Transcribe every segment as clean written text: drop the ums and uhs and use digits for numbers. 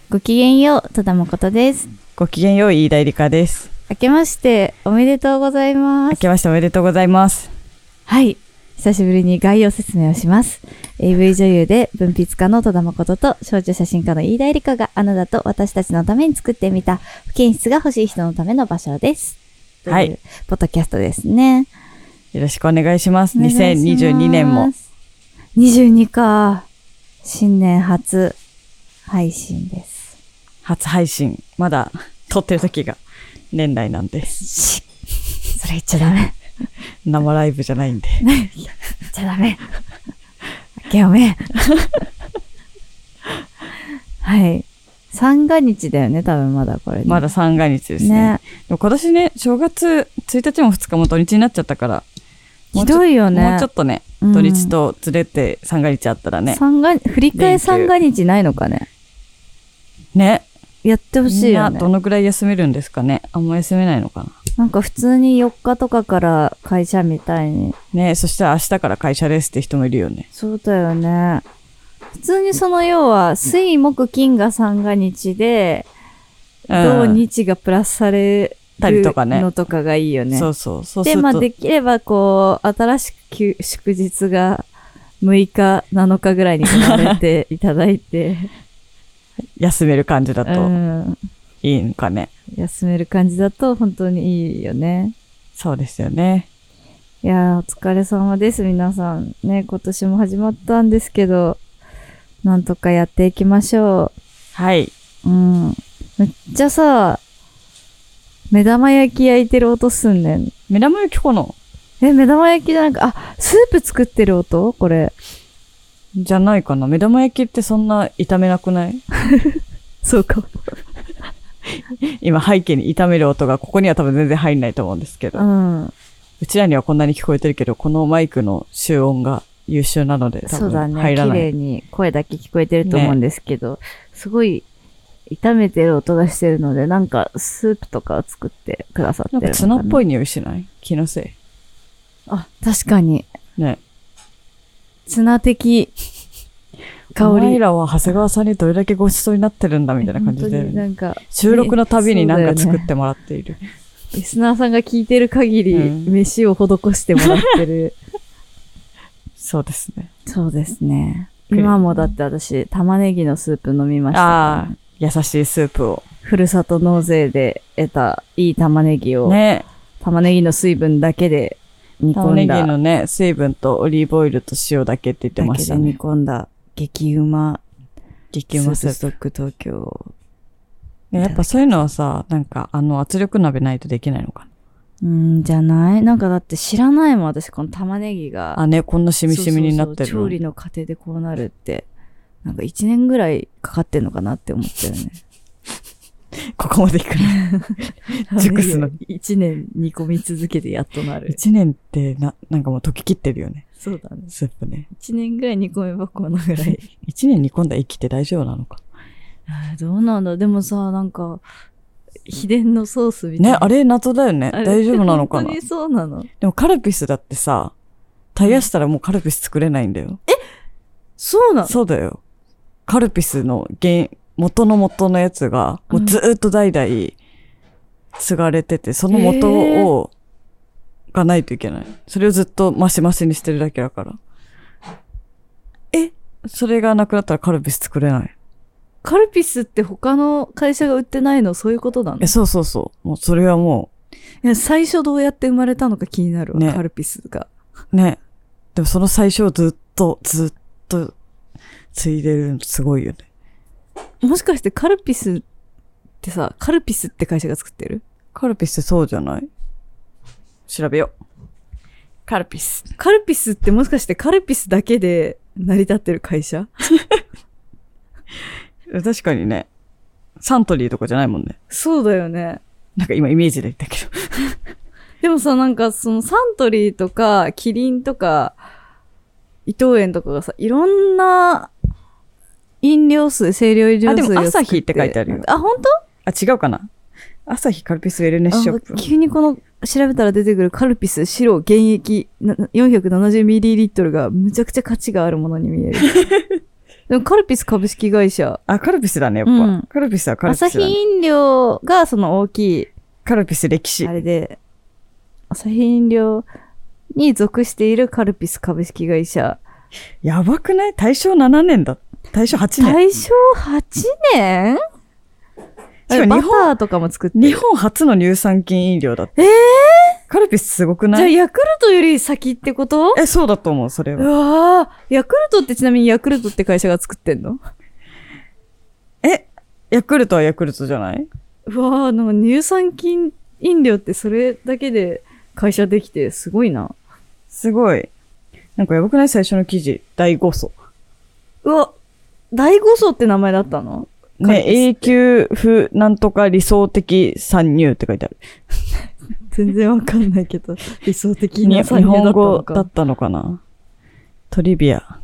ごきげんよう、戸田誠です。 ごきげんよう、飯田絵梨香です。 明けましておめでとうございます。 明けましておめでとうございます。 はい、久しぶりに概要説明をします。AV 女優で文筆家の戸田誠と少女写真家の飯田絵梨香があなたと私たちのために作ってみた不検室が欲しい人のための場所です。 はい。 ポッドキャストですね。 よろしくお願いします。2022年も。 22か。新年初配信です。 初配信。まだ撮ってる時が年内なんです。 それ言っちゃダメ。 生ライブじゃないんで。 言っちゃダメ。明けおめ。はい。三が日だよね、多分まだこれ、ね。 まだ三が日ですね。でも今年ね、正月1日も2日も土日になっちゃったから。 ひどいよね。 もうちょっとね、土日とずれて三が日あったらね。 振り替え三が日ないのかね。 ね。 やってほしいよね。 みんなどのくらい休めるんですかね。あんま休めないのかな。 なんか普通に4日とかから会社みたいに。 ね、そしたら明日から会社ですって人もいるよね。 そうだよね。普通にその要は、水木金が三が日で、土日がプラスされるのとかがいいよね。 そうそう。そうで、まあできればこう、新しく祝日が6日、7日ぐらいに生まれていただいて。 休める感じだといいのかね。 休める感じだと本当にいいよね。 そうですよね。 いやー、お疲れ様です皆さんね。今年も始まったんですけど、なんとかやっていきましょう。 はい。 めっちゃさ、目玉焼き焼いてる音すんねん。 目玉焼きかな？ 目玉焼きなんか、スープ作ってる音？これ。 じゃないかな。目玉焼きってそんな炒めなくない？ そうかも。 今背景に炒める音がここには多分全然入んないと思うんですけど。うちらにはこんなに聞こえてるけど、このマイクの集音が優秀なので多分入らない。 そうだね。綺麗に声だけ聞こえてると思うんですけど、ね、すごい炒めてる音がしてるので、なんかスープとかを作ってくださってるのかな。 なんかツナっぽい匂いしない？気のせい。 確かに。 ね。 ツナ的香り。 お前らは長谷川さんにどれだけごちそうになってるんだみたいな感じで。なんか収録のたびになんか作ってもらっている。 ね、リスナーさんが聞いてる限り、飯を施してもらってる。 そうですね。 そうですね。今もだって私、玉ねぎのスープ飲みました、ね。 優しいスープを。 ふるさと納税で得たいい玉ねぎを。ね。玉ねぎの水分だけで煮込んだ。 玉ねぎのね、水分とオリーブオイルと塩だけって言ってましたね。 だけで煮込んだ激うまスープストック東京。 やっぱそういうのはさ、なんか圧力鍋ないとできないのかな。 じゃない？なんかだって知らないもん、私この玉ねぎが。 ね、こんなしみしみになってる。 調理の過程でこうなるって、なんか1年ぐらいかかってんのかなって思ってるね。 ここまでいくの。熟すの。 1年煮込み続けてやっとなる。 1年ってなんかもう溶けきってるよね。 そうだね。 スープね。 1年ぐらい煮込めばこのぐらい。 1年煮込んだら生きて大丈夫なのか。 どうなんだ。でもさ、なんか、秘伝のソースみたいな。 ね、あれ謎だよね。大丈夫なのかな。 本当にそうなの？ でもカルピスだってさ、絶やしたらもうカルピス作れないんだよ。 そうなの？ そうだよ。カルピスの元のやつが、もうずーっと代々継がれてて、その元がないといけない。それをずっとマシマシにしてるだけだから。それがなくなったらカルピス作れない。 カルピスって他の会社が売ってないの？そういうことなの？ そうそうそう。もうそれはもう。最初どうやって生まれたのか気になるわ、ね、カルピスが。 ね。でもその最初をずっと継いでるのすごいよね。 もしかしてカルピスってさ、カルピスって会社が作ってる？ カルピスそうじゃない？調べよう。カルピスってもしかしてカルピスだけで成り立ってる会社？ 確かにね。サントリーとかじゃないもんね。 そうだよね。 なんか今イメージで言ったけど。 でもさ、なんかそのサントリーとかキリンとか伊藤園とかがさ、いろんな清涼飲料水を作って。 でもアサヒって書いてあるよ。 本当？ 違うかな。アサヒカルピスウェルネスショップ。 急にこの調べたら出てくるカルピス白原液 470ml がむちゃくちゃ価値があるものに見える。 でもカルピス株式会社。 あ、カルピスだね、やっぱ。 うんカルピスはカルピスだ、 アサね。 ヒ飲料がその大きい、 カルピス歴史あ。れで、アサヒ飲料に属しているカルピス株式会社。 やばくない？大正7年だ。大正8年。 大正8年？バタしかもーとかも作ってる。 日本初の乳酸菌飲料だって。カルピスすごくない？ じゃあヤクルトより先ってこと？ そうだと思う、それうは。 わー、ヤクルトってちなみにヤクルトって会社が作ってんの？ ヤクルトはヤクルトじゃない？ うわー、なんか乳酸菌飲料ってそれだけで会社できてすごいな。 すごい。なんかやばくない？最初の記事。第5層。 うわ、第5層って名前だったの？ ね、永久不なんとか理想的参入って書いてある。 全然わかんないけど、理想的日な参入だった本語のか。 だったのかな。トリビア。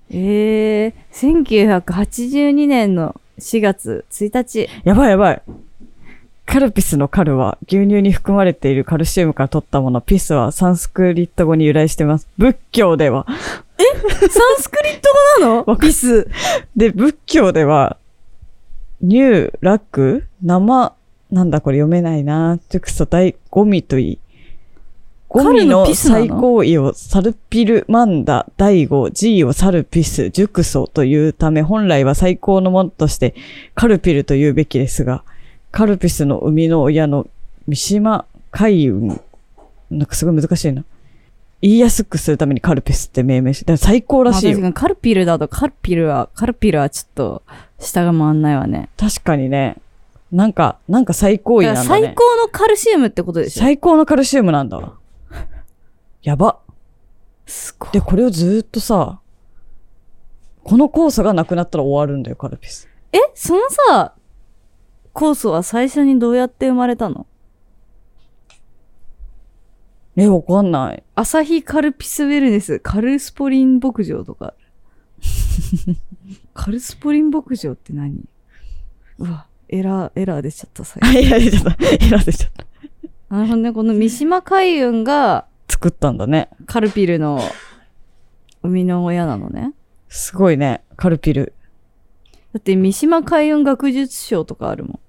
1982年の4月1日。 やばいやばい。カルピスのカルは牛乳に含まれているカルシウムから取ったもの。ピスはサンスクリット語に由来しています。仏教では。 サンスクリット語なの？ピス。 で、仏教では、乳、楽、生、なんだこれ読めないな。熟素大、ゴミといい。ゴミの最高位をサルピルマンダ、第五、G をサルピス、熟素というため、本来は最高のものとしてカルピルと言うべきですが、カルピスの生みの親の三島海運、なんかすごい難しいな。言いやすくするためにカルピスって命名し、だから最高らしいよ。 確かにカルピルだとカルピルはちょっと下が回んないわね。 確かにね。なんか最高位なんだね。 最高のカルシウムってことでしょ？ 最高のカルシウムなんだわ。やば。 すごい。 で、これをずーっとさ、この酵素がなくなったら終わるんだよ、カルピス。 そのさ、酵素は最初にどうやって生まれたの？ わかんない。 アサヒカルピスウェルネス、カルスポリン牧場とか。カルスポリン牧場って何？うわ、エラー出ちゃった、最初。 エラー出ちゃった。エラー出ちゃった。 なるほどね、この三島海運が、 作ったんだね。 カルピルの生みの親なのね。 すごいね、カルピル。 だって三島海運学術賞とかあるもん。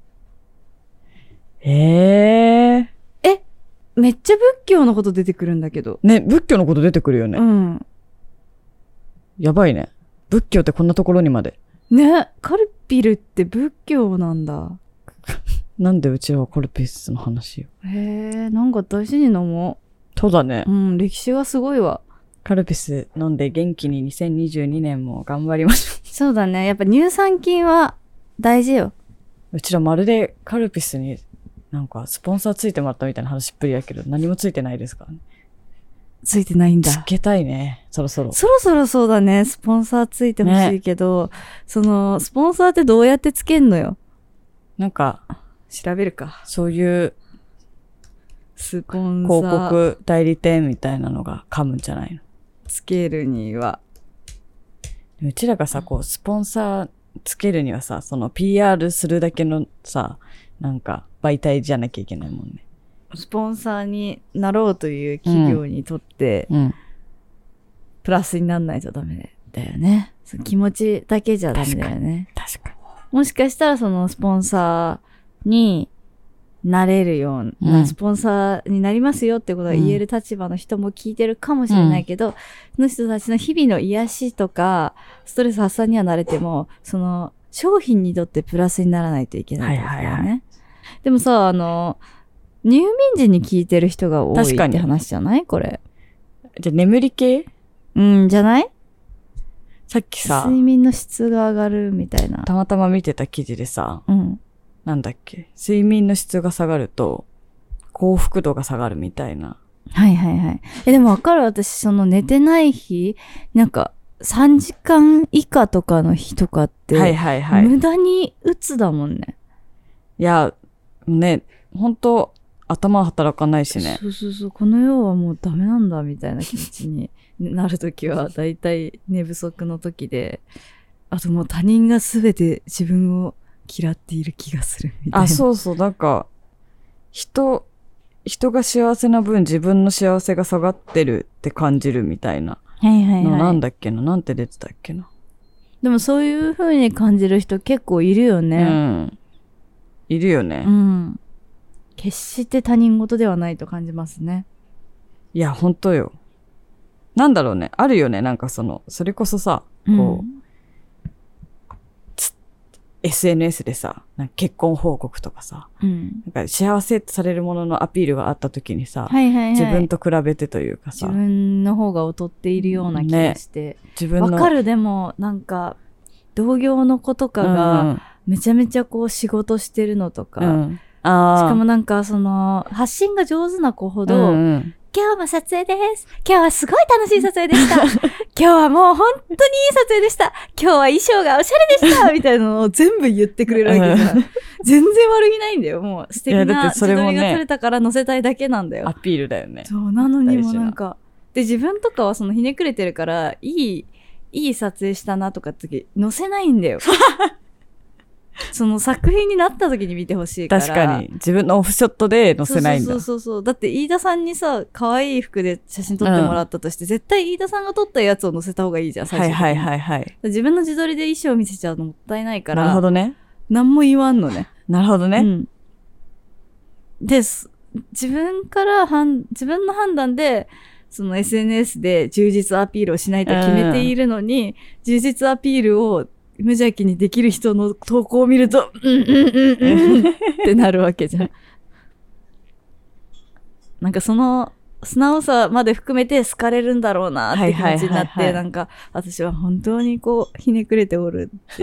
めっちゃ仏教のこと出てくるんだけど。 ね、仏教のこと出てくるよね。 うん。 やばいね。仏教ってこんなところにまで。 ね、カルピルって仏教なんだ。 なんでうちはカルピスの話を。 なんか大事に飲もそうだね。 う。うん、歴史がすごいわ。 カルピス飲んで元気に2022年も頑張りましょう。 そうだね。やっぱ乳酸菌は大事よ。 うちらまるでカルピスになんかスポンサーついてもらったみたいな話っぷりやけど、何もついてないですからね。 ついてないんだ。 つけたいね。そろそろ。 そろそろそうだね。スポンサーついてほしいけど、その、スポンサーってどうやってつけんのよ。 なんか、 調べるか。 そういうスポンサー。 広告代理店みたいなのが噛むんじゃないの？ つけるには。 うちらがさ、こう、スポンサーつけるにはさ、その PR するだけのさ、なんか媒体じゃなきゃいけないもんね。 スポンサーになろうという企業にとって、プラスにならないとダメだよね。その気持ちだけじゃダメだよね。 確かに。 もしかしたらそのスポンサーになれるような、スポンサーになりますよってことが言える立場の人も聞いてるかもしれないけど、その人たちの日々の癒しとか、ストレス発散にはなれても、その商品にとってプラスにならないといけないってことだよね。でもさ、入眠時に聞いてる人が多いって話じゃない？これ。 じゃあ眠り系？ じゃない？ さっきさ、 睡眠の質が上がるみたいな。 たまたま見てた記事でさ、なんだっけ、睡眠の質が下がると、幸福度が下がるみたいな。 はいはいはい。でもわかる？私、その寝てない日、なんか、3時間以下とかの日とかって、無駄に鬱だもんね。 いや、ね、本当頭働かないしね。 そうそうそう。この世はもうダメなんだみたいな気持ちになるときは、だいたい寝不足の時で、あともう他人がすべて自分を嫌っている気がするみたいな。 そうそう。なんか、人が幸せな分自分の幸せが下がってるって感じるみたいな。 はいはいはい。 なんだっけな、なんて出てたっけな。 でもそういう風に感じる人結構いるようね。 ん。いるよね。 決して他人事ではないと感じますね。 いや、ほんとよ。なんだろうね。あるよね。なんかそれこそさ、こう、SNS でさ、なんか結婚報告とかさ、なんか幸せとされるもののアピールがあった時にさ、自分と比べてというかさ、 自分の方が劣っているような気がして、 自分のわかる。でもなんか同業の子とかがめちゃめちゃこう仕事してるのとか、しかもなんか発信が上手な子ほど、今日も撮影です。今日はすごい楽しい撮影でした。今日はもう本当にいい撮影でした。今日は衣装がおしゃれでしたみたいなのを全部言ってくれるわけじゃん。全然悪気ないんだよ。もう素敵な自撮りが撮れたから載せたいだけなんだよ。 アピールだよね。 そう、なのにもなんか。で、自分とかはひねくれてるから、いい撮影したなとかって時、載せないんだよ。作品になった時に見てほしいから。 確かに。自分のオフショットで載せないんだ。 そう。だって飯田さんにさ、可愛い服で写真撮ってもらったとして、絶対飯田さんが撮ったやつを載せた方がいいじゃん、最初に。はい。 自分の自撮りで衣装見せちゃうのもったいないから。 なるほどね。 何も言わんのね。 なるほどね。 で、自分の判断で、SNS で充実アピールをしないと決めているのに、充実アピールを無邪気にできる人の投稿を見ると、ってなるわけじゃん。なんか素直さまで含めて好かれるんだろうなって気持ちになって、なんか私は本当にこう、ひねくれておるって。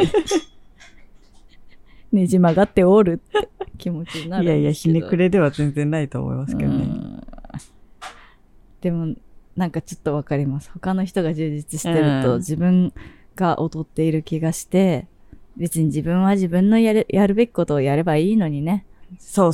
ねじ曲がっておるって気持ちになるんですけど。 いや、ひねくれでは全然ないと思いますけどね。 でも、なんかちょっとわかります。他の人が充実してると、自分が劣っている気がして、別に自分は自分のやるべきことをやればいいのにね。 そう。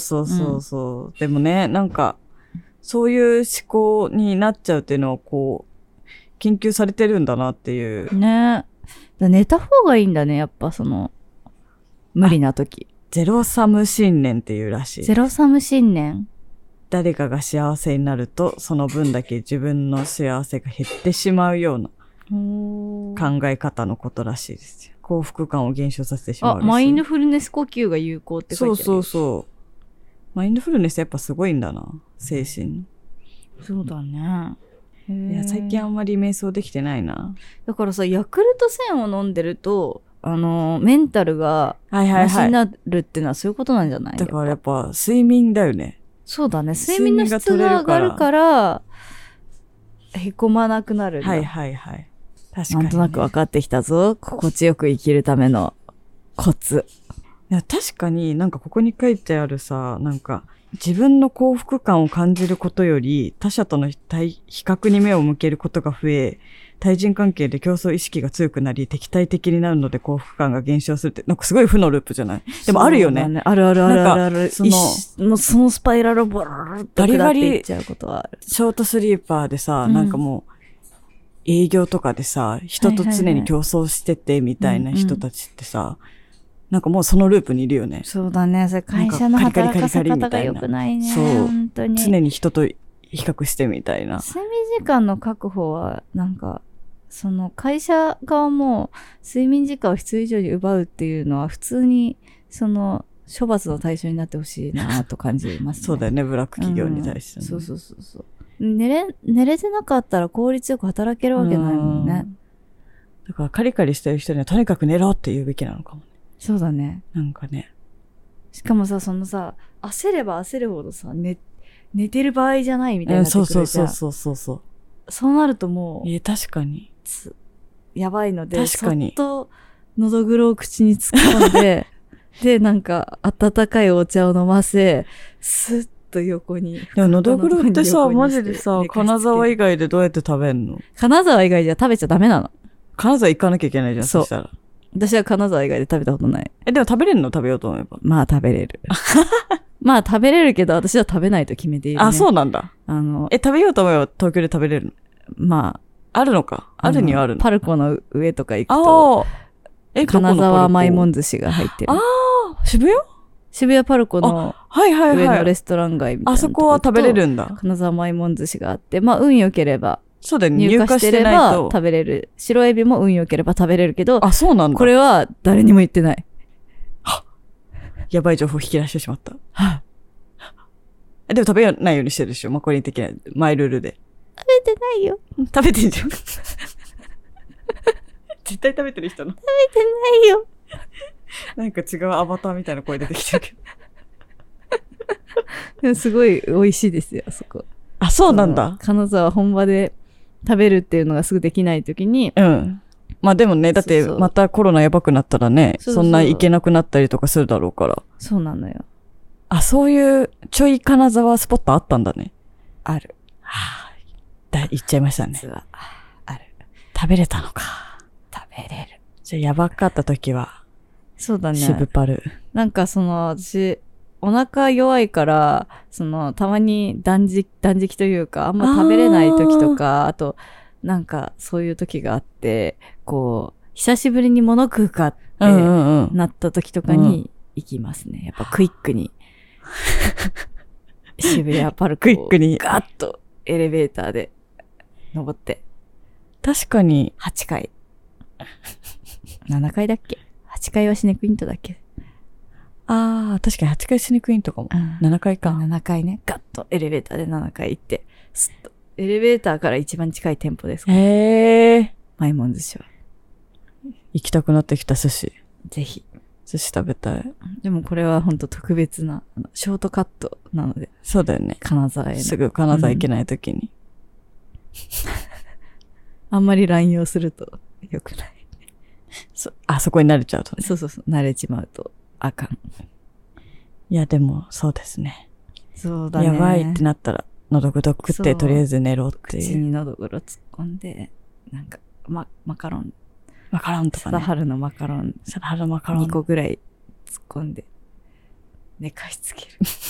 でもね、なんか、そういう思考になっちゃうっていうのをこう、研究されてるんだなっていう。 ね。寝た方がいいんだね、やっぱ無理な時。 ゼロサム信念っていうらしい。 ゼロサム信念？ 誰かが幸せになると、その分だけ自分の幸せが減ってしまうような考え方のことらしいですよ。幸福感を減少させてしまうらしい。 マインドフルネス呼吸が有効って書いてある。 そう。マインドフルネスやっぱすごいんだな、精神。 そうだね。 いや、最近あんまり瞑想できてないな。 だからさ、ヤクルト1000を飲んでると、メンタルがマシになるってのはそういうことなんじゃない？ だからやっぱ睡眠だよね。 そうだね。睡眠の質が上がるから、へこまなくなるんだ。 はい。確かに、ね。 なんとなく分かってきたぞ。心地よく生きるためのコツ。 いや、確かになんかここに書いてあるさ、なんか自分の幸福感を感じることより他者との比較に目を向けることが増え、対人関係で競争意識が強くなり、敵対的になるので幸福感が減少するって、なんかすごい負のループじゃない？でもあるよね。 ある。そのスパイラルをボローっと下っていっちゃうことはある。 ショートスリーパーでさ、なんかもう、営業とかでさ、人と常に競争しててみたいな人たちってさ、なんかもうそのループにいるよね。 そうだね。それ会社の働かせ方が良くないね。 そう。 本当に。 常に人と比較してみたいな。 睡眠時間の確保は、なんか、会社側も睡眠時間を必要以上に奪うっていうのは普通に、処罰の対象になってほしいなと感じますね。 そうだよね、ブラック企業に対して、ねそう。寝れてなかったら効率よく働けるわけないもんね。 だからカリカリしてる人にはとにかく寝ろって言うべきなのかもね。 そうだね。 なんかね。 しかもさ、焦れば焦るほどさ、寝てる場合じゃないみたいになってくるじゃん。 そう。 そうなるともう。 確かに。 やばいので、 確かに。 そっと、のどぐろを口に突っ込んで、で、なんか、温かいお茶を飲ませ、スッと横に。 でも、のどぐろってさ、マジでさ、金沢以外でどうやって食べんの？ 金沢以外じゃ食べちゃダメなの。 金沢行かなきゃいけないじゃん、そしたら。 私は金沢以外で食べたことない。 でも食べれるの？食べようと思えば。 まあ食べれる。まあ食べれるけど、私は食べないと決めている、ね。 あ、そうなんだ。食べようと思えば東京で食べれるの？ まあ。 あるのか。あるにはあるの。 パルコの上とか行くと。金沢甘いもん寿司が入ってる。 渋谷パルコの上のレストラン街みたいな。 あそこは食べれるんだ。 金沢甘いもん寿司があって、まあ運良ければそうだよね。 入荷してれば入荷してないと食べれる。白エビも運良ければ食べれるけど、 あ、そうなんだ。 これは誰にも言ってない。 やばい情報引き出してしまった。でも食べないようにしてるでしょ。マコリン的なマイルールで。 食べてないよ。 食べてんじゃん。絶対食べてる人の。 食べてないよ。 なんか違うアバターみたいな声出てきてるけど。 でもすごい美味しいですよ、あそこ。 あ、そうなんだ。 金沢本場で食べるっていうのがすぐできないときに、 うん。まあでもね、だってまたコロナやばくなったらね、 そうそうそんな行けなくなったりとかするだろうから。 そうなのよ。 あ、そういうちょい金沢スポットあったんだね。 ある。 はぁ、行っちゃいましたね。 実は、ある。 食べれたのか。 食べれる。 じゃあやばかった時は、 そうだね。 渋パル。 なんか私、お腹弱いから、たまに断食というか、あんま食べれない時とか、あと、なんかそういう時があって、こう、久しぶりに物食うかってなった時とかに行きますね。やっぱクイックに。渋谷パルコをクイックにガッとエレベーターで登って。 確かに。 8階。7階だっけ ?8 階はシネクイントだっけ。 ああ、確かに8階シネクインとかも。7階か。 7階ね。ガッとエレベーターで7階行って、スッと。エレベーターから一番近い店舗ですから。 へえ。 マイモン寿司は。 行きたくなってきた寿司。 ぜひ。 寿司食べたい。 でもこれは本当特別な、ショートカットなので。 そうだよね。 金沢への。 すぐ金沢行けないときに。 あんまり乱用すると良くない。 そこに慣れちゃうとね。 そう。慣れちまうとあかん。 いや、でも、そうですね。 そうだね。 やばいってなったら、喉ぐど食ってとりあえず寝ろっていう。 口に喉ぐろ突っ込んで、なんか、マカロン。 マカロンとかね。 貞治のマカロン。 貞治のマカロン。 2個ぐらい突っ込んで、寝かしつけ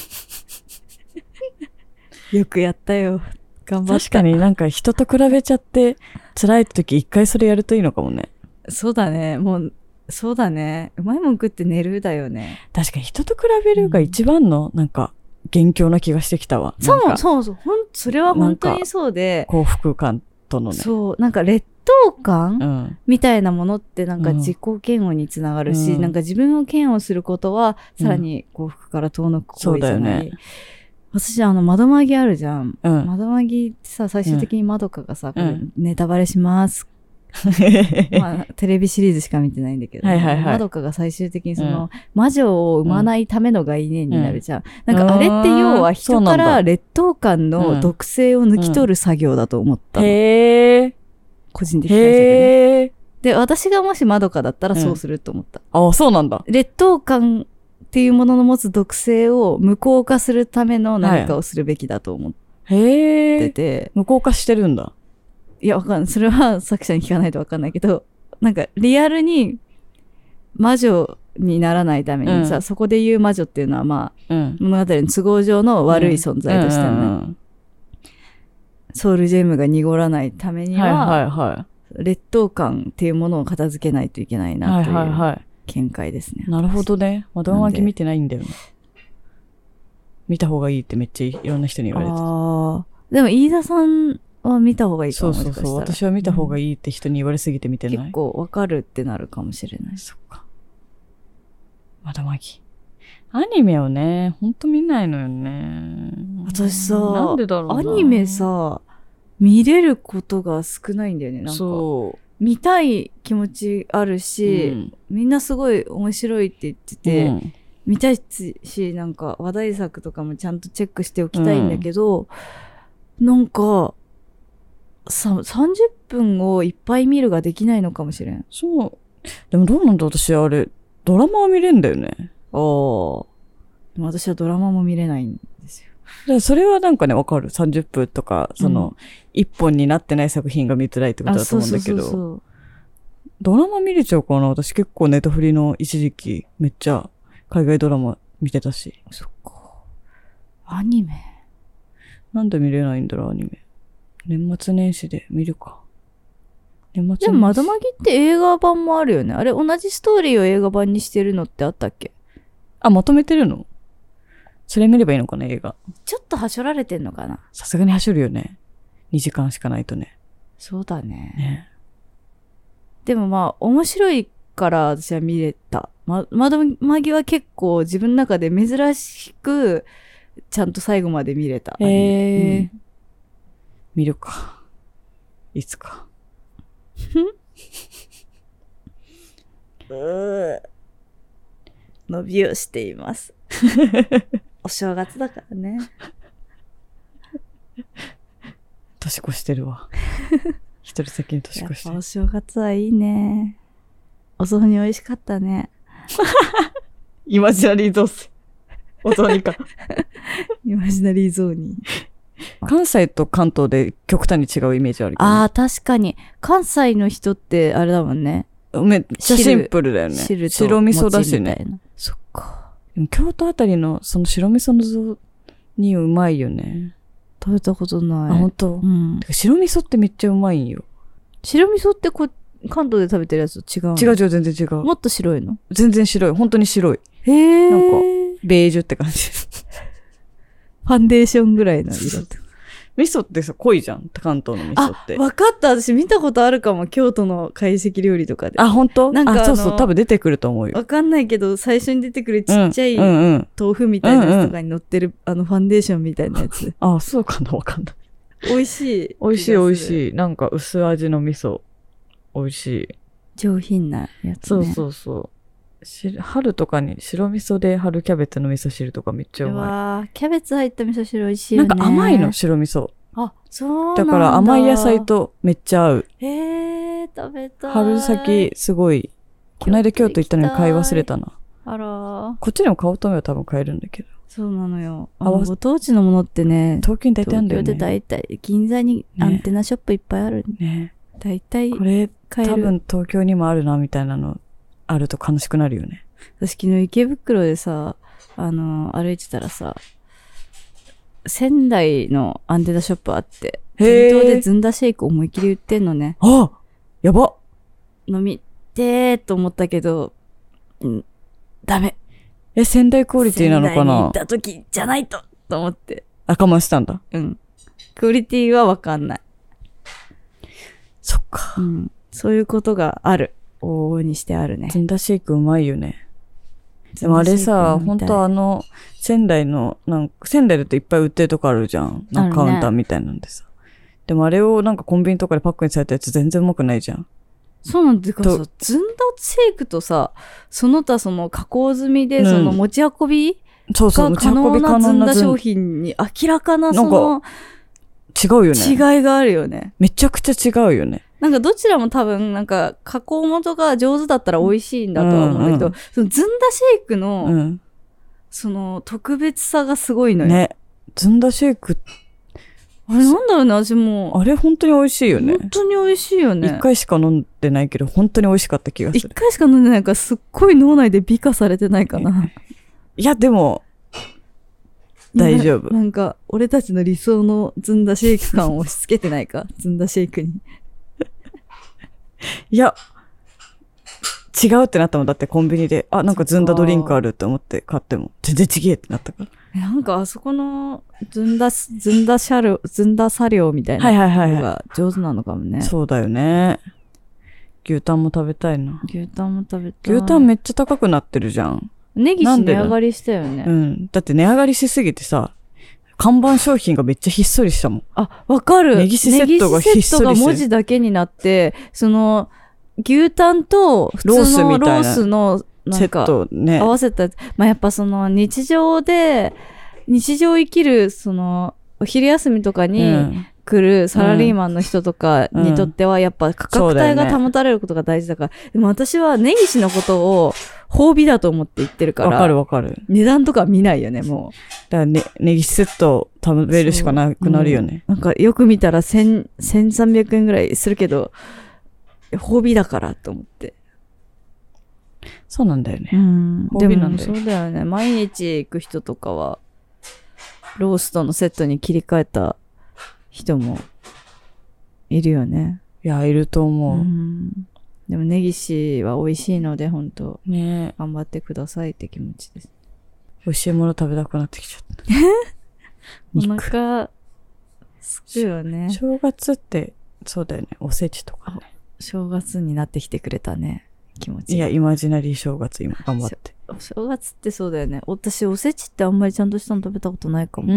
る。よくやったよ。頑張った。 確かになんか人と比べちゃって辛い時一回それやるといいのかもね。 そうだね。もう、そうだね。うまいもん食って寝るだよね。 確かに人と比べるが一番のなんか元凶な気がしてきたわ。 そう。それは本当にそうで。 幸福感とのね。 そう。なんか劣等感、みたいなものってなんか自己嫌悪につながるし、なんか自分を嫌悪することはさらに幸福から遠のく行為じゃない。そうだよね。私、窓マギあるじゃん。窓マギってさ、最終的にまどかがさ、ネタバレします。まあ、テレビシリーズしか見てないんだけど、まどかが最終的に魔女を生まないための概念になるじゃん。なんかあれって要は人から劣等感の毒性を抜き取る作業だと思ったの。 へー。 個人的解釈ね。で、私がもしまどかだったらそうすると思った。 ああ、そうなんだ。 劣等感っていうものの持つ毒性を無効化するための何かをするべきだと思ってて。 無効化してるんだ。 いや、わかんない。それは作者に聞かないとわかんないけど、なんかリアルに魔女にならないためにさ、そこで言う魔女っていうのはまあ、物語の都合上の悪い存在としてね、ソウルジェムが濁らないためには、劣等感っていうものを片付けないといけないなという見解ですね。 なるほどね。窓マギ見てないんだよね。見た方がいいってめっちゃいろんな人に言われてた。 でも飯田さんは見た方がいいかもしれない。 そう。私は見た方がいいって人に言われすぎて見てない。 結構わかるってなるかもしれない。 そっか。窓マギ。アニメをね、ほんと見ないのよね。 私さ、 なんでだろうな。 アニメさ、見れることが少ないんだよね。なんか見たい気持ちあるし、みんなすごい面白いって言ってて、見たいし、なんか話題作とかもちゃんとチェックしておきたいんだけど、なんか、30分をいっぱい見るができないのかもしれん。 そう。でもどうなんだ私あれ、ドラマは見れんだよね。 でも私はドラマも見れないんですよ。 それはなんかね、わかる。30分とか、一本になってない作品が見づらいってことだと思うんだけど。そうドラマ見れちゃうかな私結構ネトフリの一時期めっちゃ海外ドラマ見てたし。 そっか。アニメなんで見れないんだろう、アニメ。年末年始で見るか。 でも窓マギって映画版もあるよね。あれ同じストーリーを映画版にしてるのってあったっけ？ あ、まとめてるの？それ見ればいいのかな、映画。 ちょっとはしょられてんのかな？ さすがにはしょるよね。2時間しかないとね。 そうだね。 ね。 でもまあ、面白いから私は見れた。窓マギは結構自分の中で珍しく、ちゃんと最後まで見れた。 見るか。いつか。 伸びをしています。お正月だからね。 年越してるわ。一人先に年越してる。 お正月はいいね。お雑煮美味しかったね。 イマジナリー雑炊。お雑煮か。 イマジナリー雑煮。 関西と関東で極端に違うイメージあるけど、 ああ、確かに。関西の人ってあれだもんね。 めっちゃシンプルだよね。 汁と白味噌だしね。 そっか。 でも京都あたりのその白味噌の雑煮うまいよね。 食べたことない。 あ、ほんと？ うん。 白味噌ってめっちゃうまいんよ。 白味噌って関東で食べてるやつと違うの？ 違う、全然違う。 もっと白いの？ 全然白い。本当に白い。 へー。 なんか、ベージュって感じ。 ファンデーションぐらいの色って。 味噌ってさ、濃いじゃん。関東の味噌って。 わかった。私見たことあるかも。京都の懐石料理とかで。 あ、本当？ なんかそうそう、多分出てくると思うよ。 わかんないけど、最初に出てくるちっちゃい豆腐みたいなやつとかに乗ってる、ファンデーションみたいなやつ。 あ、そうかな、わかんない。 美味しい。 美味しい。なんか薄味の味噌。美味しい。 上品なやつね。 そう。春とかに白味噌で春キャベツの味噌汁とかめっちゃうまい。 うわー、キャベツ入った味噌汁美味しいよね。 なんか甘いの、白味噌。 あ、そうなんだ。 だから甘い野菜とめっちゃ合う。 食べたい。 春先すごい。この間京都行ったのに買い忘れたな。 あらー。 こっちでも買おうと思えば多分買えるんだけど。 そうなのよ。ご当地のものってね、 東京に大体あるんだよね。 東京で大体、銀座にアンテナショップいっぱいある。 ね。 大体これ買える。 多分東京にもあるなみたいなのあると悲しくなるよね。 私昨日池袋でさ、歩いてたらさ、仙台のアンテナショップあって、店頭でずんだシェイク思いっきり売ってんのね。 あ、やば。 飲みてーと思ったけど、ダメ。 仙台クオリティなのかな？ 仙台に行った時じゃないと思って。 我慢したんだ。 うん。クオリティはわかんない。 そっか。 うん。そういうことがある。往々にしてあるね。 ずんだシェイクうまいよね。でもあれさ、ほんと仙台の、仙台だといっぱい売ってるとこあるじゃん。なんかカウンターみたいなんでさ。でもあれをなんかコンビニとかでパックにされたやつ全然うまくないじゃん。 そうなんですか。ずんだシェイクとさ、その他その加工済みで、その持ち運びそうそう、 が可能なずんだ商品に明らかなその違うよね。 違いがあるよね。 めちゃくちゃ違うよね。 なんかどちらも多分なんか加工元が上手だったら美味しいんだとは思うんだけど、そのずんだシェイクの、その特別さがすごいのよ。 ね。ずんだシェイクあれなんだろうね、味も。 あれ本当に美味しいよね。 本当に美味しいよね。 一回しか飲んでないけど、本当に美味しかった気がする。 一回しか飲んでないから、すっごい脳内で美化されてないかな。 いや、でも、大丈夫。 なんか、俺たちの理想のずんだシェイク感を押し付けてないかずんだシェイクに。 いや、違うってなったもん。だってコンビニで、なんかずんだドリンクあるって思って買っても、全然違えってなったから。 なんかあそこのずんだ作業みたいなのが上手なのかもね。 そうだよね。牛タンも食べたいな。 牛タンも食べたい。 牛タンめっちゃ高くなってるじゃん。 ネギ値上がりしたよね。 うん。だって値上がりしすぎてさ、看板商品がめっちゃひっそりしたもん。 あ、わかる。 ネギシセットがひっそりして。 ネギシセットが文字だけになって、その、牛タンと普通のロースのなんか合わせたやつ。まあ、やっぱその日常生きるそのお昼休みとかに来るサラリーマンの人とかにとってはやっぱ価格帯が保たれることが大事だから。でも私は根岸のことを褒美だと思って言ってるから。 わかる。 値段とか見ないよね、もう。 だからね、ネギセットを食べるしかなくなるよね。 なんかよく見たら1300円ぐらいするけど、褒美だからと思って。 そうなんだよね。 褒美なんだよ。でもそうだよね。毎日行く人とかは、ローストのセットに切り替えた人もいるよね。 いや、いると思う。 でもネギシは美味しいので、本当ね、 頑張ってくださいって気持ちです。 美味しいもの食べたくなってきちゃった。 お腹すくよね。 正月ってそうだよね。おせちとかね。 正月になってきてくれたね。気持ちいや、イマジナリー正月今頑張って。 正月ってそうだよね。私、おせちってあんまりちゃんとしたの食べたことないかも。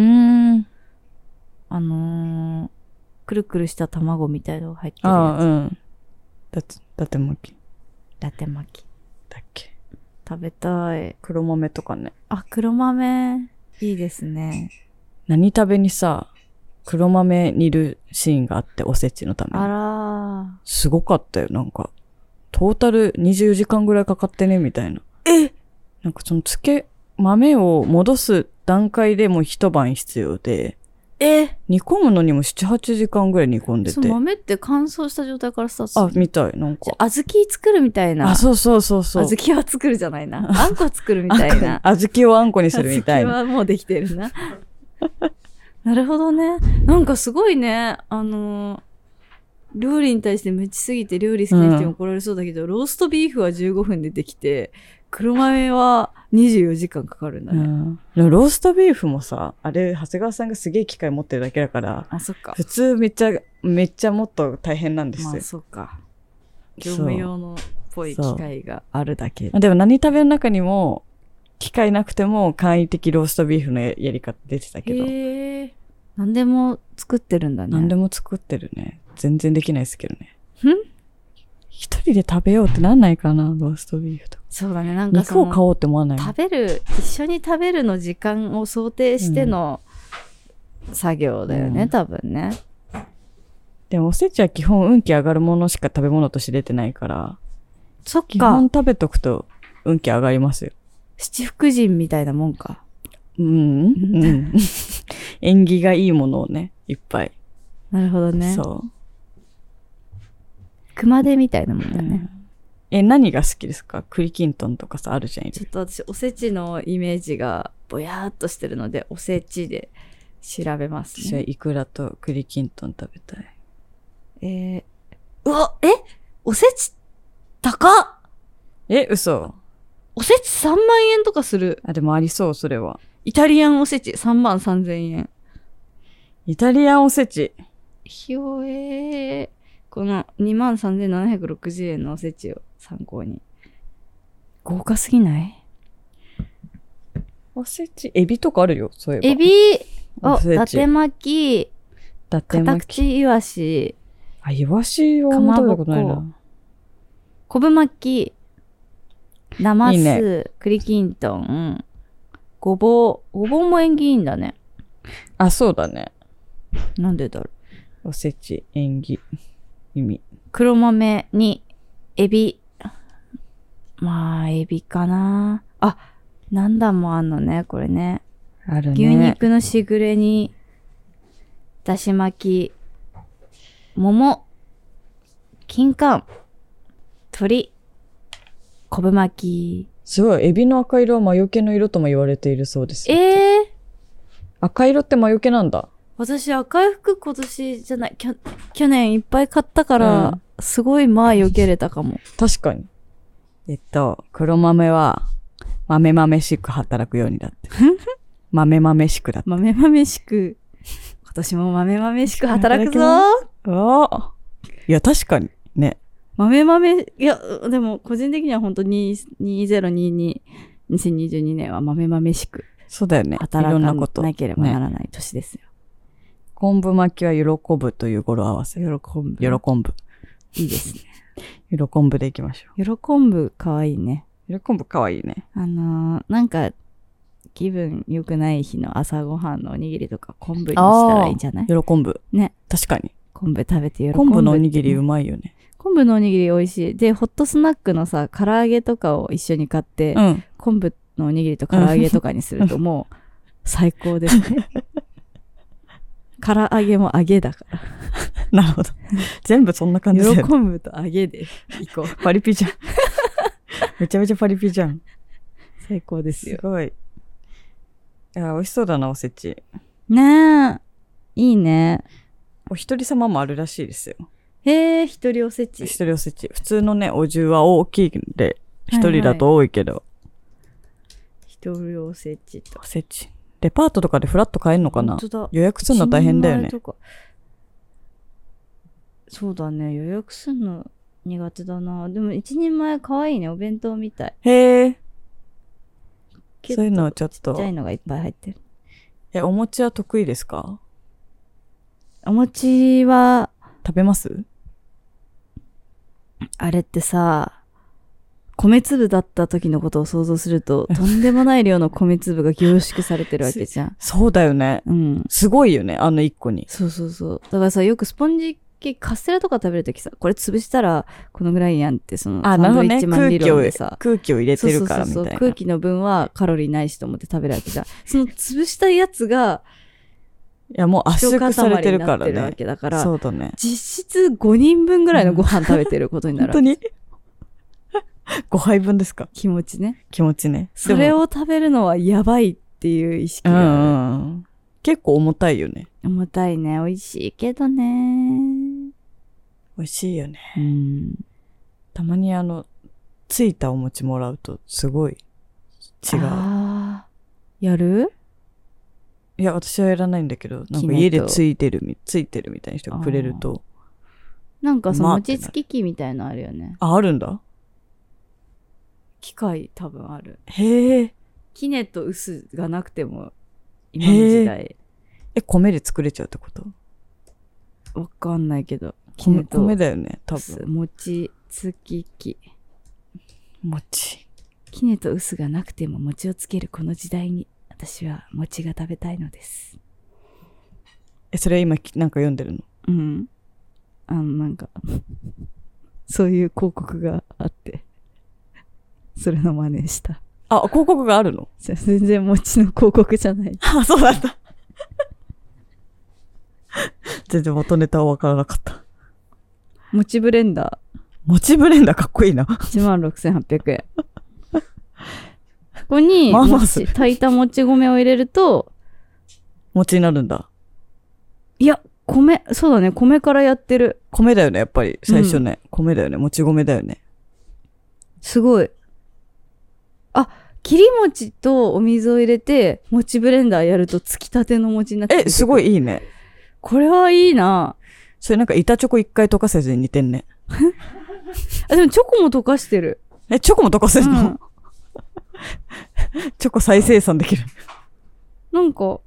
くるくるした卵みたいなのが入ってるやつ。 ああ、うん。だて巻き。 ラテ巻き。 だっけ。 食べたい。 黒豆とかね。 あ、黒豆。いいですね。 何食べにさ、黒豆煮るシーンがあって、おせちのために。 あらー。 すごかったよ、なんか。トータル24時間ぐらいかかってね、みたいな。なんかその豆を戻す段階でもう一晩必要で、煮込むのにも7、8時間ぐらい煮込んでて。 そう、豆って乾燥した状態からスタートする。 あ、みたい、なんか。 小豆作るみたいな。 あ、そうそうそうそう。 小豆は作るじゃないな。あんこ作るみたいな。 小豆をあんこにするみたいな。 小豆はもうできてるな。なるほどね。なんかすごいね、料理に対して無知すぎて料理好きな人に怒られそうだけど、ローストビーフは15分でできて、黒豆は24時間かかるんだね。 でもローストビーフもさ、あれ、長谷川さんがすげえ機械持ってるだけだから、 あ、そっか。 普通めっちゃもっと大変なんですよ。 まあ、そっか。業務用のっぽい機械があるだけ。 でも何食べの中にも、機械なくても簡易的ローストビーフのやり方出てたけど。 何でも作ってるんだね。 何でも作ってるね。全然できないですけどね。一人で食べようってなんないかな、ローストビーフとか。 そうだね、なんか肉を買おうって思わない一緒に食べるの時間を想定しての作業だよね、多分ね。 でもおせちは基本運気上がるものしか食べ物として出てないから、 そっか。 基本食べとくと運気上がりますよ。 七福神みたいなもんか。 縁起がいいものをね、いっぱい。 なるほどね。 そう。 熊手みたいなもんだね。 何が好きですか？栗きんとんとかさ、あるじゃん。 ちょっと私、おせちのイメージがぼやーっとしてるので、おせちで調べますね。 私はイクラと栗きんとん食べたい。 うわ、おせち、高っ！ 嘘。 おせち3万円とかする。 でもありそう、それは。 イタリアンおせち3万3000円。 イタリアンおせち。 この23,760円のおせちを参考に。豪華すぎない？ おせち、エビとかあるよ、そういえば。 エビ、伊達巻き、カタクチイワシ。 イワシはあんま食べたことないな。 昆布巻き、ナマス、栗きんとん、ごぼうも縁起いいんだね。 あ、そうだね。 なんでだろう。おせち、縁起、意味。 黒豆に、エビ。まあ、エビかな。何段もあんのね、これね。 あるね。 牛肉のしぐれに、だし巻き、桃、金柑、鶏、昆布巻き。 すごい、エビの赤色は魔除けの色とも言われているそうです。赤色って魔除けなんだ。 私赤い服今年じゃない、去年いっぱい買ったから、すごい避けれたかも。 確かに。黒豆は、豆々しく働くようにだって。豆々しくだって。 豆々しく。今年も豆々しく働くぞー。いや、確かに。ね。 いや、でも、個人的には本当に2022年は豆々しく。 そうだよね。 働かなければならない年ですよ。 昆布巻きは喜ぶという語呂合わせ。 喜ぶ。いいですね。 喜ぶでいきましょう。喜ぶかわいいね。 喜ぶかわいいね。 なんか、気分良くない日の朝ごはんのおにぎりとか昆布にしたらいいんじゃない？ 喜ぶ。 ね。 確かに。 昆布食べて喜ぶ。 昆布のおにぎりうまいよね。 昆布のおにぎり美味しい。で、ホットスナックのさ、唐揚げとかを一緒に買って、昆布のおにぎりと唐揚げとかにするともう最高ですね。唐揚げも揚げだから。 なるほど。全部そんな感じだよね。 喜ぶと揚げでいこう。 パリピじゃん。めちゃめちゃパリピじゃん。 最高ですよ。 すごい。いや、美味しそうだな、おせち。 ねえ。いいね。 お一人様もあるらしいですよ。 一人おせち。 一人おせち。普通のね、お重は大きいんで、一人だと多いけど。 一人おせちと。 おせち。デパートとかでフラッと買えんのかな？予約するの大変だよね。 そうだね。予約すんの苦手だな。でも一人前可愛いね。お弁当みたい。 へえ。 キュッとそういうのはちょっと。 ちっちゃいのがいっぱい入ってる。 お餅は得意ですか？ お餅は、 食べます？ あれってさ、米粒だった時のことを想像すると、とんでもない量の米粒が凝縮されてるわけじゃん。 そうだよね。 うん。 すごいよね、あの一個に。 そうそうそう。だからさ、よくスポンジケーキ、カステラとか食べるときさ、これ潰したらこのぐらいやんって、そのサンドイッチマン理論でさ、 空気を入れてるからみたいな。 そう空気の分はカロリーないしと思って食べるわけじゃん。その潰したやつが、 いや、もう圧縮されてるからね。 わけだから、 そうだね。 実質5人分ぐらいのご飯食べてることになる。 本当に5杯分ですか？ 気持ちね。 気持ちね。 それを食べるのはやばいっていう意識がある。 結構重たいよね。 重たいね。美味しいけどね。 美味しいよね。 うん。 たまについたお餅もらうとすごい違う。 やる？ いや、私はやらないんだけど、なんか家でついてるみたいな人がくれると。 なんかその餅つき機みたいのあるよね。 あるんだ。 機械多分ある。 へえ。 キネとウスがなくても、今の時代。 米で作れちゃうってこと？ わかんないけど。 米だよね、多分。 餅つき機。 餅。 キネとウスがなくても餅をつけるこの時代に、私は餅が食べたいのです。 それは今なんか読んでるの？ うん。なんか、そういう広告があって、それの真似した。 あ、広告があるの？ 全然餅の広告じゃない。 あ、そうだった。全然元ネタはわからなかった。 餅ブレンダー。 餅ブレンダーかっこいいな。 16,800円。ここに、炊いたもち米を入れると、 餅になるんだ。 いや、そうだね、米からやってる。 米だよね、やっぱり。最初ね。米だよね。もち米だよね。 すごい。切り餅とお水を入れて、餅ブレンダーやるとつきたての餅になってる。 すごいいいね。 これはいいな。 それなんか板チョコ一回溶かせずに似てんね。 でもチョコも溶かしてる。 チョコも溶かせるの？チョコ再生産できる。 なんか、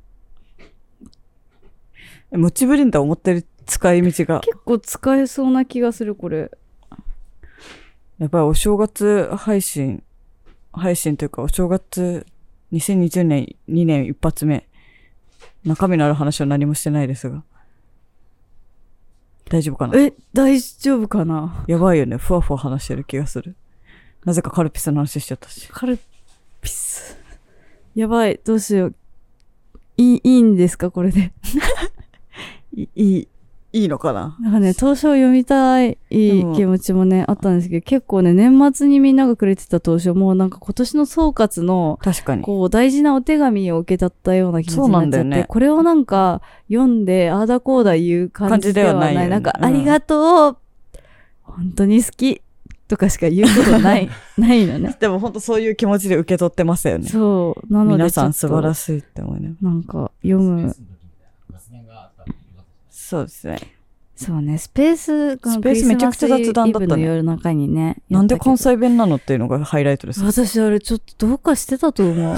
もちブレンダー思ったより使い道が。 結構使えそうな気がする、これ。 やっぱりお正月配信というかお正月2020年2年一発目。中身のある話は何もしてないですが。大丈夫かな？ 大丈夫かな？ やばいよね。ふわふわ話してる気がする。なぜかカルピスの話しちゃったし。 カルピス。やばい。どうしよう。いいんですかこれで。 いいのかな？ なんかね、東証読みたい気持ちもね、あったんですけど、結構ね、年末にみんながくれてた東証も、なんか今年の総括の、 確かに。 こう、大事なお手紙を受け取ったような気持ちになっちゃって、 そうなんだよね、 これをなんか、読んで、あーだこーだ言う感じではない。 よね、 なんか、ありがとう、本当に好き、とかしか言うことないのね。 でも本当そういう気持ちで受け取ってますよね。 そう。なので、 皆さん素晴らしいって思いね。 なんか、読む。 そうですね。 そうね、スペースめちゃくちゃ雑談だったね。 の夜中にね。 なんで関西弁なのっていうのがハイライトです。 私あれちょっとどうかしてたと思う。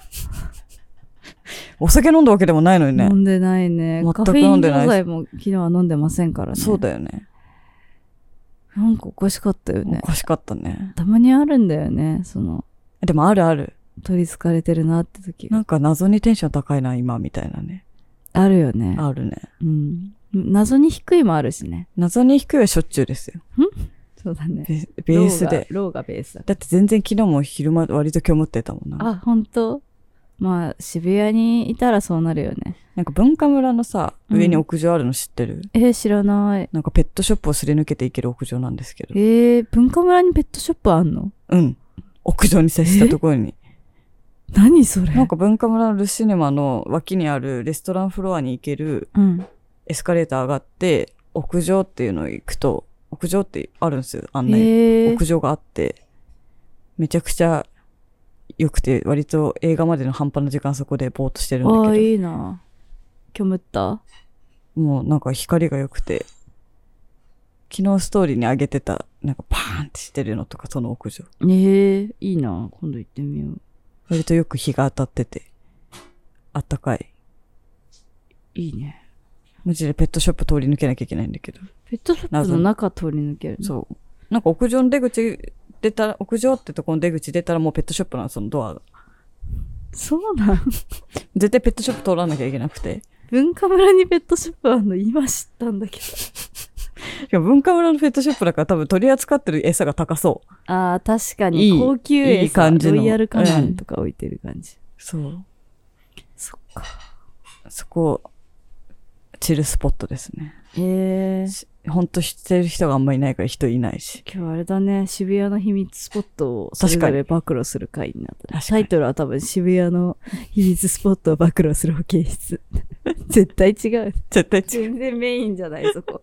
お酒飲んだわけでもないのにね。 飲んでないね。 全く飲んでない。 カフェイン錠剤も昨日は飲んでませんからね。 そうだよね。 なんかおかしかったよね。 おかしかったね。 たまにあるんだよね、 でもある。 取り憑かれてるなって時。 なんか謎にテンション高いな、今、みたいなね。 あるよね。 あるね。 うん。謎に低いもあるしね。 謎に低いはしょっちゅうですよ。 そうだね。 ベースで。 ローがベースだ。 だって全然昨日も昼間割と今日持ってたもんな。 ほんと？まあ、渋谷にいたらそうなるよね。 なんか文化村のさ、上に屋上あるの知ってる？ 知らない。 なんかペットショップをすり抜けていける屋上なんですけど。 文化村にペットショップあんの？ うん。屋上に接したところに。 何それ？ なんか文化村のルシネマの脇にあるレストランフロアに行けるエスカレーター上がって、屋上っていうのを行くと、屋上ってあるんですよ、案内。屋上があって、めちゃくちゃ良くて、割と映画までの半端な時間そこでぼーっとしてるんだけど。 いいな。虚無った？ もうなんか光が良くて、 昨日ストーリーに上げてた、なんかパーンってしてるのとか、その屋上。 いいな。今度行ってみよう。 割とよく日が当たってて、あったかい。 いいね。 マジでペットショップ通り抜けなきゃいけないんだけど。 ペットショップの中通り抜けるの？ そう。なんか屋上の出口出たら、屋上ってとこの出口出たらもうペットショップなの、そのドアが。 そうなん？ 絶対ペットショップ通らなきゃいけなくて。 文化村にペットショップあるの今知ったんだけど。 いや、文化村のペットショップだから多分取り扱ってる餌が高そう。 ああ、確かに。高級餌。 いい感じの。 ロイヤルカナンとか置いてる感じ。 そう。 そっか。 そこ、チルスポットですね。ほんと知ってる人があんまいないから人いないし。 今日あれだね、渋谷の秘密スポットをそれぞれ暴露する回になった。タイトルは多分渋谷の秘密スポットを暴露する保健室。絶対違う。 絶対違う。 全然メインじゃない、そこ。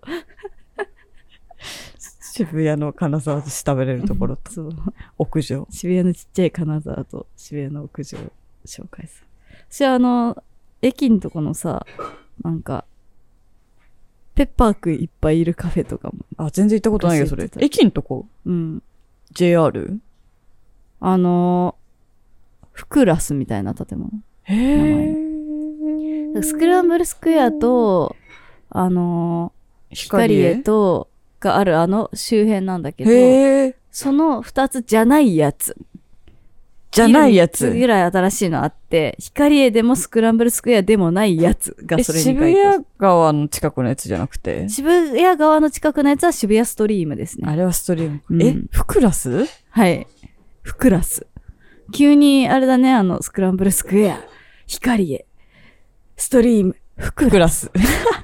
渋谷の金沢寿司食べれるところと、屋上。 渋谷のちっちゃい金沢と渋谷の屋上を紹介する。私駅のとこのさ、なんか、ペッパーくんいっぱいいるカフェとかも。 あ、全然行ったことないよ、それ。駅のとこ？ うん。 JR？ フクラスみたいな建物。 へー。スクランブルスクエアと、ヒカリエと、がある周辺なんだけど、その2つじゃないやつ。 じゃないやつ。 ぐらい新しいのあって、ヒカリエでもスクランブルスクエアでもないやつがそれに書いてある。 渋谷川の近くのやつじゃなくて？ 渋谷川の近くのやつは渋谷ストリームですね。 あれはストリーム。フクラス？ はい。フクラス。急に、あれだね、スクランブルスクエア、ヒカリエ、ストリーム、フクラス。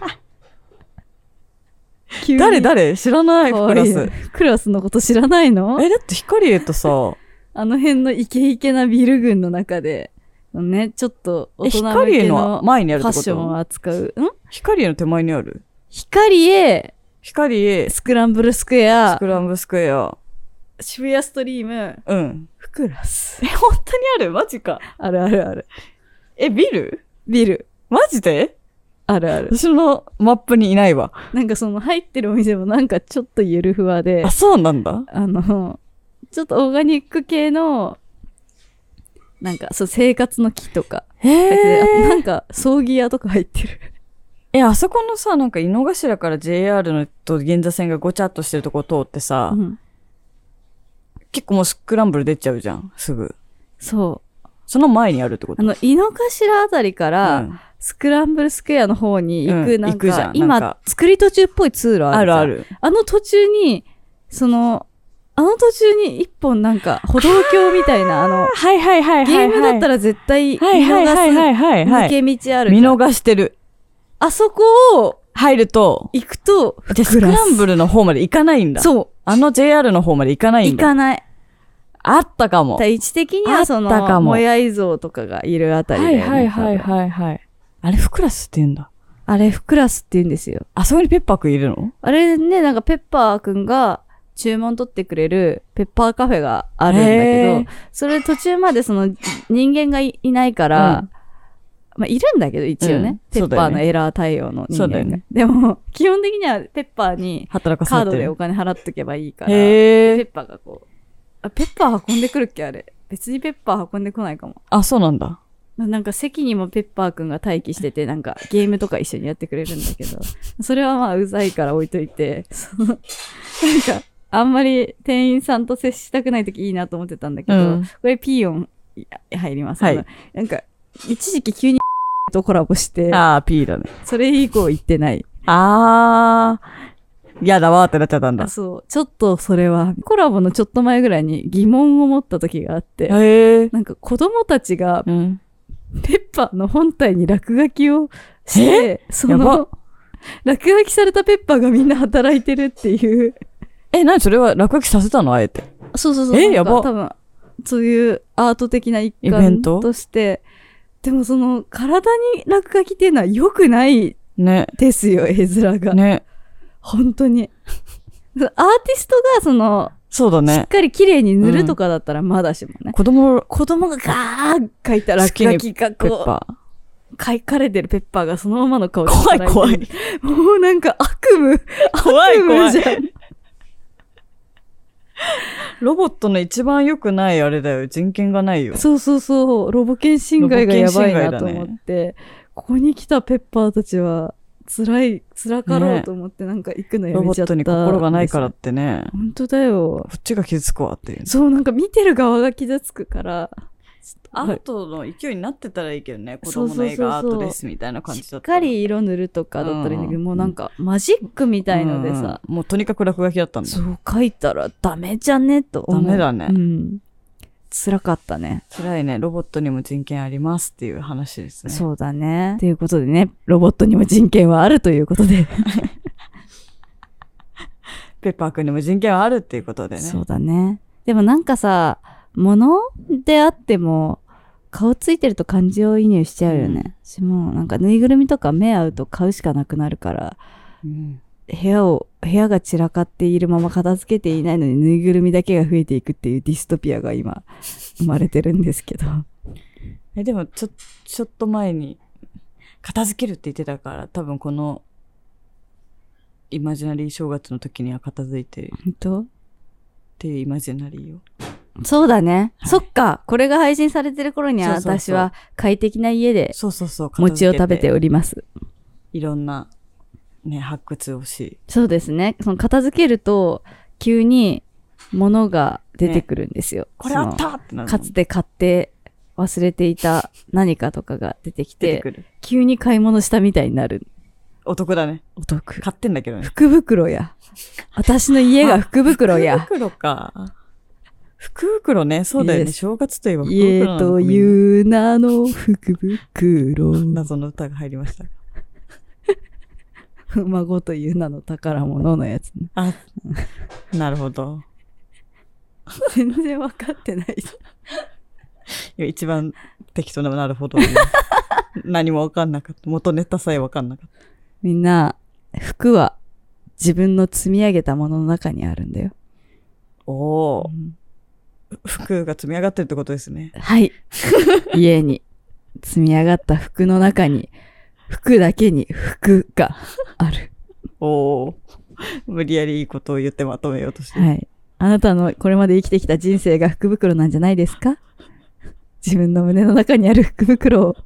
誰知らない、フクラス。 フクラスのこと知らないの？ だってヒカリエとさ、 あの辺のイケイケなビル群の中で、ね、ちょっと大人向けのファッションを扱う。 ヒカリエの手前にある？ ヒカリエ、 スクランブルスクエア、渋谷ストリーム、フクラス。 本当にある？マジか。 あるあるある。ビル。 マジで？ あるある。 私のマップにいないわ。 なんかその入ってるお店もなんかちょっとゆるふわで。 あ、そうなんだ。 ちょっとオーガニック系の、なんかそう生活の木とか。なんか葬儀屋とか入ってる。 あそこのさ、なんか井の頭から JR のと銀座線がごちゃっとしてるとこ通ってさ、結構もうスクランブル出ちゃうじゃん、すぐ。 そう。 その前にあるってこと？ 井の頭あたりから、スクランブルスクエアの方に行く、なんか、今、作り途中っぽい通路あるじゃん。ある。途中に、途中に一本なんか、歩道橋みたいな、ゲームだったら絶対見逃す抜け道ある。 見逃してる。 あそこを、 入ると、 行くと、 じゃスクランブルの方まで行かないんだ。 そう。 JR の方まで行かないんだ。 行かない。 あったかも。 位置的にはもやい像とかがいるあたりで、ね。 はい。あれ、フクラスって言うんだ。 あれ、フクラスって言うんですよ。 あそこにペッパーくんいるの？ あれね、なんかペッパーくんが注文取ってくれるペッパーカフェがあるんだけど、それ途中まで人間が いないから、まあ、いるんだけど、一応ね。ペッパーのエラー対応の人間が。でも、基本的にはペッパーにカードでお金払っとけばいいから、ペッパーがペッパー運んでくるっけあれ。別にペッパー運んでこないかも。 あ、そうなんだ。 なんか席にもペッパーくんが待機してて、なんかゲームとか一緒にやってくれるんだけど、それはまあうざいから置いといて、なんか、あんまり店員さんと接したくないときいいなと思ってたんだけど、これピーヨン入ります。なんか、一時期急にとコラボして、 P だね。 それ以降行ってない。 やだわーってなっちゃったんだ。 そう。ちょっとそれは、コラボのちょっと前ぐらいに疑問を持った時があって、なんか子供たちが、ペッパーの本体に落書きをして、落書きされたペッパーがみんな働いてるっていう。 何それは落書きさせたのあえて。 そう。 やば。 多分、そういうアート的な一環として、でも体に落書きっていうのは良くないですよ、絵面が。ね。本当に。アーティストがそうだね。 しっかり綺麗に塗るとかだったらまだしもね。子供がガーッ描いた落書きがかれてるペッパーがそのままの顔で怖い怖い。 もうなんか悪夢。 怖い怖い。 悪夢じゃん。 ロボットの一番良くないあれだよ。人権がないよ。 そうそうそう。ロボ犬侵害がやばいなと思って、ここに来たペッパーたちは辛かろうと思ってなんか行くのやめちゃった、 ロボットに心がないからってね。 本当だよ。 こっちが傷つくわっていう。 そう、なんか見てる側が傷つくから。 アートの勢いになってたらいいけどね。子供の絵がアートですみたいな感じだったら。 しっかり色塗るとかだったらいいんだけど、もうなんかマジックみたいのでさ。 もうとにかく落書きだったんだ。 そう、書いたらダメじゃねと思う。 ダメだね。 うん。辛かったね。 辛いね。ロボットにも人権ありますっていう話ですね。 そうだね。ということでね、ロボットにも人権はあるということで。 ペッパーくんにも人権はあるっていうことでね。 そうだね。でもなんかさ、物であっても、顔ついてると感情移入しちゃうよね。私もなんかぬいぐるみとか目合うと買うしかなくなるから、部屋が散らかっているまま片付けていないのにぬいぐるみだけが増えていくっていうディストピアが今生まれてるんですけど。 でもちょっと前に片付けるって言ってたから、多分このイマジナリー正月の時には片付いてる。 本当？ っていうイマジナリーを。 そうだね。 はい、 そっか。これが配信されてる頃には私は快適な家で餅を食べております。 いろんなね、発掘をし。 そうですね。その片付けると急に物が出てくるんですよ。 ね、これあったってなる。 かつて買って忘れていた何かとかが出てきて、急に買い物したみたいになる。 お得だね。 お得。 買ってんだけどね。 福袋や。私の家が福袋や。 福袋か。福袋ね。そうだよね。正月といえば福袋家という名の福袋。 謎の歌が入りました。 孫という名の宝物のやつね。 あ、なるほど。 全然分かってない。 いや、一番適当なるほど、ね。何も分かんなかった。元ネタさえ分かんなかった。 みんな、服は自分の積み上げたものの中にあるんだよ。 おー。服が積み上がってるってことですね。 はい。家に積み上がった服の中に、服だけに服がある。 おー。無理やりいいことを言ってまとめようとして。 はい。あなたのこれまで生きてきた人生が福袋なんじゃないですか？自分の胸の中にある福袋を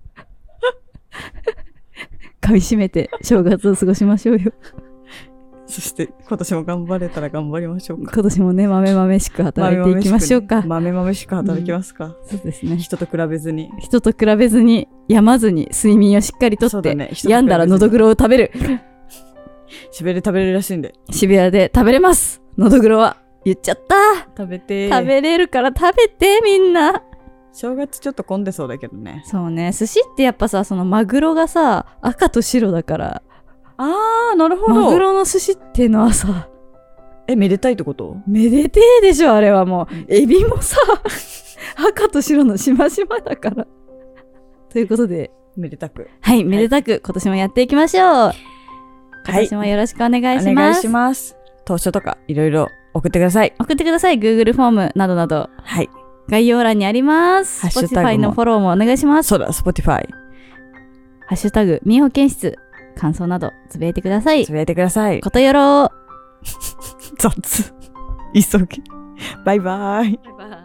噛み締めて正月を過ごしましょうよ。 そして今年も頑張れたら頑張りましょうか。 今年もね、豆々しく働いていきましょうか。 豆々しく働きますか。 そうですね。 人と比べずに。 人と比べずに、病まずに睡眠をしっかりとって、ね、病んだらのどぐろを食べる。 渋谷で食べれるらしいんで。 渋谷で食べれます。のどぐろは。言っちゃった。 食べて。 食べれるから食べて、みんな。 正月ちょっと混んでそうだけどね。 そうね。寿司ってやっぱさ、そのマグロがさ、赤と白だから。 あー、なるほど。 マグロの寿司っていうのはさ、 めでたいってこと？ めでてえでしょ、あれはもう。エビもさ、赤と白のしましまだから。ということで。 めでたく。 はい、めでたく今年もやっていきましょう。はい、今年もよろしくお願いします。 お願いします。当初とかいろいろ送ってください。 送ってください。Google フォームなどなど。 はい。 概要欄にあります。Spotify のフォローもお願いします。 そうだ、Spotify。 ハッシュタグ、み保健室。感想などつぶやいてください。 つぶやいてください。 ことよろ雑。急ぎ。バイバイ。 バイバイ。